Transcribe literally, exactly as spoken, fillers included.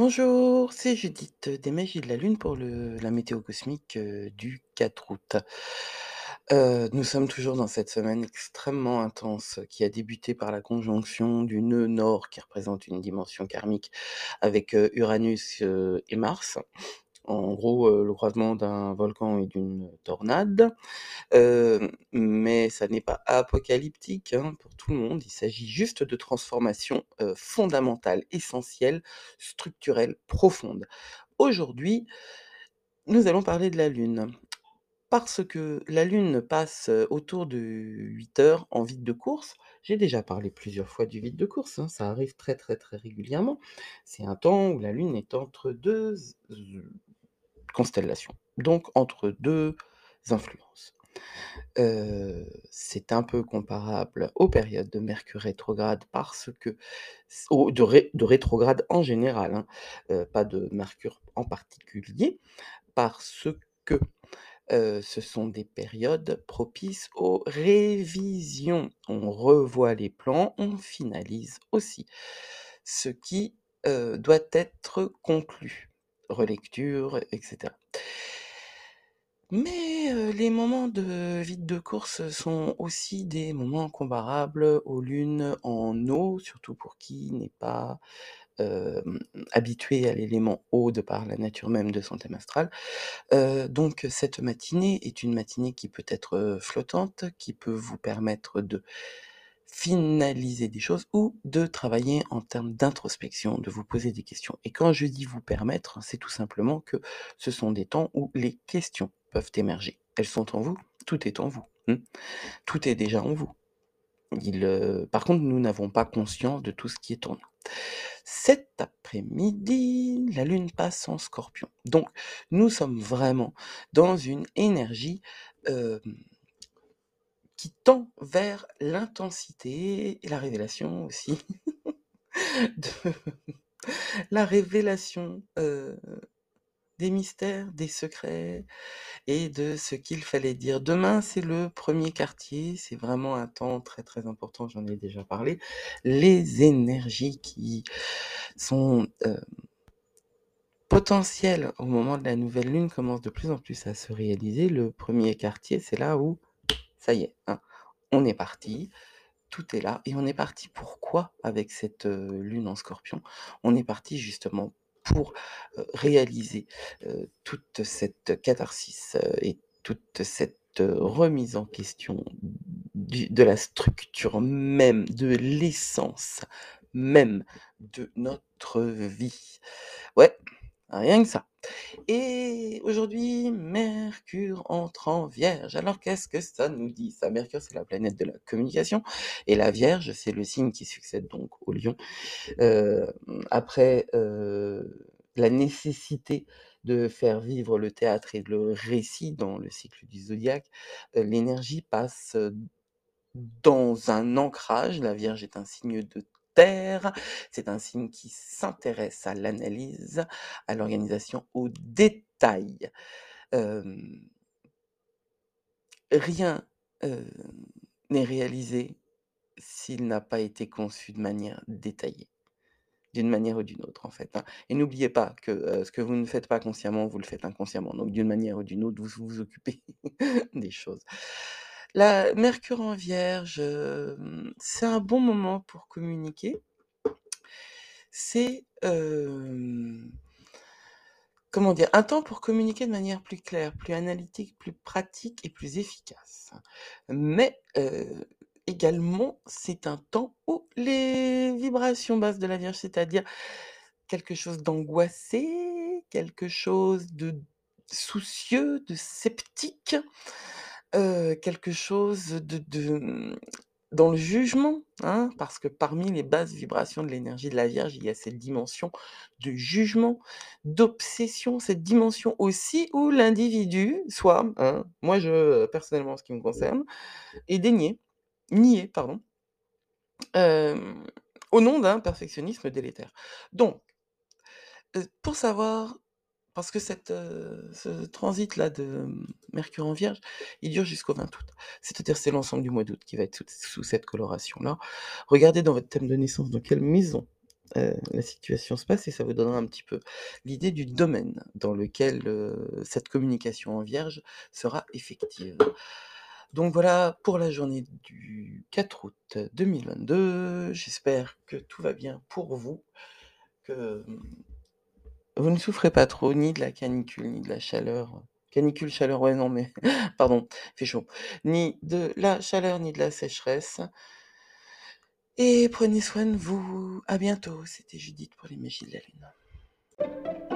Bonjour, c'est Judith des Magies de la Lune pour le la météo cosmique, heu, du quatre août. Heu, nous sommes toujours dans cette semaine extrêmement intense qui a débuté par la conjonction du nœud nord qui représente une dimension karmique avec, heu, Uranus, heu, et Mars. En gros, heu, le croisement d'un volcan et d'une tornade. Heu, mais ça n'est pas apocalyptique, hein, pour tout le monde. Il s'agit juste de transformations, heu, fondamentales, essentielles, structurelles, profondes. Aujourd'hui, nous allons parler de la Lune. Parce que la Lune passe, heu, autour de huit heures en vide de course. J'ai déjà parlé plusieurs fois du vide de course, hein, ça arrive très, très, très régulièrement. C'est un temps où la Lune est entre deux z constellations, donc entre deux influences. Heu, c'est un peu comparable aux périodes de Mercure rétrograde parce que s au de ré de rétrograde en général, hein, heu, pas de Mercure en particulier, parce que, heu, ce sont des périodes propices aux révisions. On revoit les plans, on finalise aussi ce qui, heu, doit être conclu. Relecture, et cetera. Mais, heu, les moments de vide de course sont aussi des moments comparables aux lunes en eau, surtout pour qui n'est pas, hem, habitué à l'élément eau de par la nature même de son thème astral. Heu, donc cette matinée est une matinée qui peut être, heu, flottante, qui peut vous permettre de finaliser des choses ou de travailler en termes d'introspection, de vous poser des questions. Et quand je dis vous permettre, c'est tout simplement que ce sont des temps où les questions peuvent émerger. Elles sont en vous, tout est en vous, mmh. Tout est déjà en vous. Il, heu, par contre, nous n'avons pas conscience de tout ce qui est en nous. Cet après-midi, la Lune passe en Scorpion. Donc nous sommes vraiment dans une énergie, hem, qui tend vers l'intensité et la révélation aussi de la révélation, heu, des mystères, des secrets et de ce qu'il fallait dire. Demain, c'est le premier quartier, c'est vraiment un temps très, très important, j'en ai déjà parlé. Les énergies qui sont, heu, potentielles au moment de la nouvelle lune commencent de plus en plus à se réaliser. Le premier quartier, c'est là où, ça y est, hein, on est parti, tout est là et on est parti pourquoi avec cette, heu, lune en Scorpion? On est parti justement pour, heu, réaliser, heu, toute cette catharsis, heu, et toute cette, heu, remise en question du de la structure même, de l'essence même de notre vie. Ouais, rien que ça. Et aujourd'hui, Mercure entre en Vierge. Alors qu'est-ce que ça nous dit ça? Mercure, c'est la planète de la communication et la Vierge, c'est le signe qui succède donc au Lion. Hem, après, heu, la nécessité de faire vivre le théâtre et le récit dans le cycle du zodiaque, heu, l'énergie passe, heu, dans un ancrage. La Vierge est un signe de terre, c'est un signe qui s'intéresse à l'analyse, à l'organisation, au détail. Hem, rien, heu, n'est réalisé s'il n'a pas été conçu de manière détaillée. D'une manière ou d'une autre, en fait, hein. Et n'oubliez pas que, heu, ce que vous ne faites pas consciemment, vous le faites inconsciemment. Donc d'une manière ou d'une autre, vous vous occupez des choses. La Mercure en Vierge, hem, c'est un bon moment pour communiquer. C'est, hem, comment dire? Un temps pour communiquer de manière plus claire, plus analytique, plus pratique et plus efficace. Mais, heu, également, c'est un temps où les vibrations basses de la Vierge, c'est-à-dire quelque chose d'angoissé, quelque chose de soucieux, de sceptique, heu, quelque chose de de, mmh, dans le jugement, hein, parce que parmi les basses vibrations de l'énergie de la Vierge, il y a cette dimension de jugement, d'obsession, cette dimension aussi où l'individu soit, hein, moi je personnellement en ce qui me concerne, est dénié nié pardon, hem, au nom d'un perfectionnisme délétère. Donc Heu, pour savoir parce que cette, heu, ce transit-là de, mmh, Mercure en Vierge, il dure jusqu'au vingt août. C'est-à-dire c'est l'ensemble du mois d'août qui va être sous sous cette coloration-là. Regardez dans votre thème de naissance dans quelle maison heu, la situation se passe et ça vous donnera un petit peu l'idée du domaine dans lequel, heu, cette communication en vierge sera effective. Donc voilà pour la journée du quatre août deux mille vingt-deux. J'espère que tout va bien pour vous, que, mmh, vous ne souffrez pas trop ni de la canicule, ni de la chaleur. Canicule, chaleur, ouais, non, mais pardon, il fait chaud. Ni de la chaleur, ni de la sécheresse. Et prenez soin de vous. À bientôt. C'était Judith pour les Magies de la Lune.